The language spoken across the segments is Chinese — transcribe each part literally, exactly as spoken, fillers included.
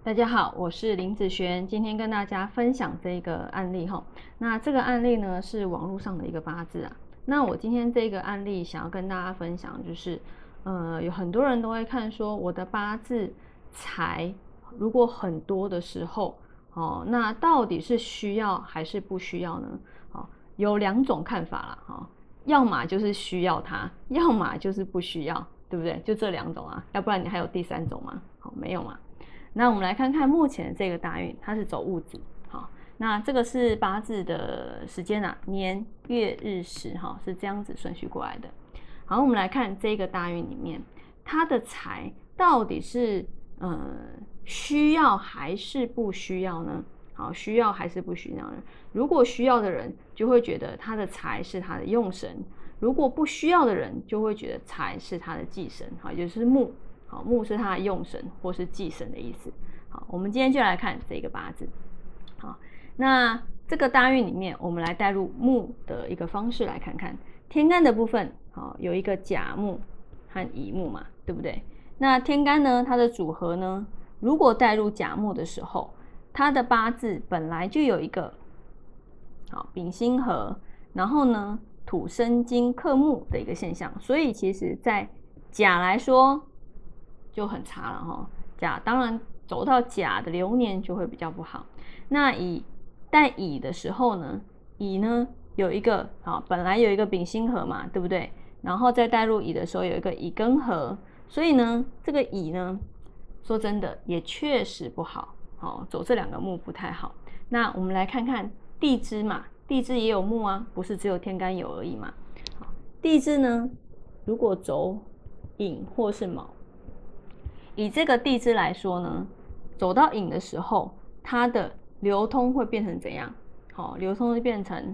大家好，我是林子璇，今天跟大家分享这个案例哈。那这个案例呢是网络上的一个八字啊。那我今天这个案例想要跟大家分享，就是呃有很多人都会看说我的八字财如果很多的时候，哦，那到底是需要还是不需要呢？哦，有两种看法啦，哈、哦，要么就是需要它，要么就是不需要，对不对？就这两种啊，要不然你还有第三种吗？好、哦，没有嘛。那我们来看看目前这个大运，它是走戊子，好，那这个是八字的时间啊，年月日时哈，是这样子顺序过来的。好，我们来看这个大运里面，它的财到底是呃需要还是不需要呢？好，需要还是不需要呢？如果需要的人就会觉得他的财是他的用神，如果不需要的人就会觉得财是他的忌神，好，也就是木。好，木是他的用神或是忌神的意思。好，我们今天就来看这个八字。好，那这个大运里面，我们来带入木的一个方式来看看天干的部分。好，有一个甲木和乙木嘛，对不对？那天干呢，它的组合呢，如果带入甲木的时候，它的八字本来就有一个好丙辛合，然后呢土生金克木的一个现象，所以其实在甲来说就很差了哈。甲当然走到甲的流年就会比较不好。那以带乙的时候呢，乙呢有一个好，本来有一个丙辛合嘛，对不对？然后再带入乙的时候有一个乙庚合，所以呢这个乙呢，说真的也确实不好，好，走这两个木不太好。那我们来看看地支嘛，地支也有木啊，不是只有天干有而已嘛。好，地支呢如果走寅或是卯，以这个地支来说呢，走到寅的时候，它的流通会变成怎样？好，流通会变成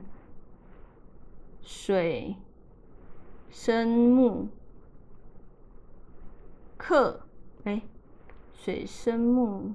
水生木克，哎，水生木，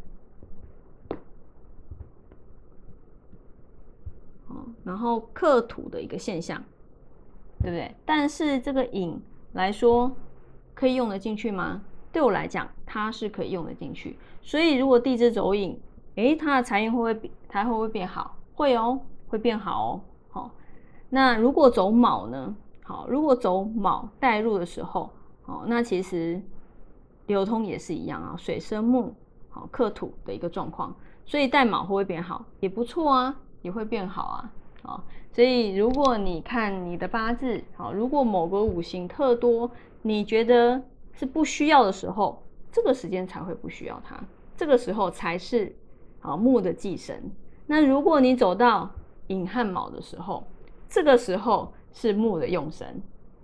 然后克土的一个现象，对不对？但是这个寅来说，可以用得进去吗？对我来讲，它是可以用得进去。所以如果地支走寅，诶，它的财运会不会它会不会变好？会哦，会变好哦。好、哦，那如果走卯呢？好，如果走卯带入的时候，哦，那其实流通也是一样啊，水生木，好克土的一个状况。所以带卯会不会变好？也不错啊，也会变好啊。好，所以如果你看你的八字，好，如果某个五行特多，你觉得是不需要的时候，这个时间才会不需要它，这个时候才是好木的忌神。那如果你走到寅和卯的时候，这个时候是木的用神，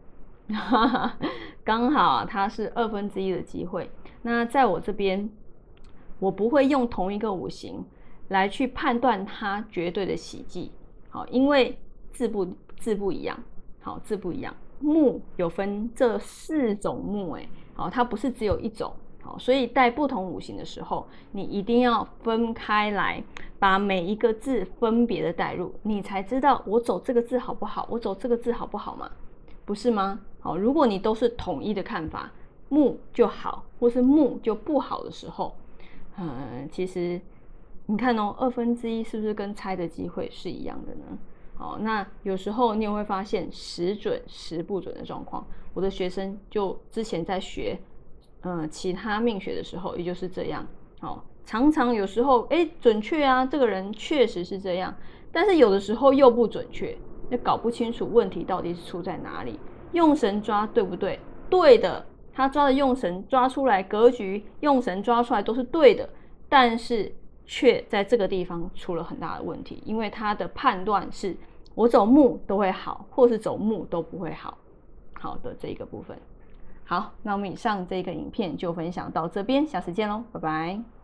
刚好它是二分之一的机会。那在我这边，我不会用同一个五行来去判断它绝对的喜忌。好，因为字不字不一样，好，字不一样，木有分这四种木，哎，好，它不是只有一种，好，所以带不同五行的时候，你一定要分开来，把每一个字分别的带入，你才知道我走这个字好不好，我走这个字好不好嘛，不是吗？好，如果你都是统一的看法，木就好，或是木就不好的时候，嗯，其实。你看哦，二分之一是不是跟猜的机会是一样的呢？好，那有时候你也会发现时准时不准的状况。我的学生就之前在学，嗯，其他命学的时候，也就是这样。好，常常有时候，哎，准确啊，这个人确实是这样，但是有的时候又不准确，也搞不清楚问题到底是出在哪里。用神抓对不对？对的，他抓的用神抓出来，格局用神抓出来都是对的，但是。却在这个地方出了很大的问题，因为他的判断是我走木都会好，或是走木都不会好，好的这个部分。好，那我们以上这个影片就分享到这边，下次见喽，拜拜。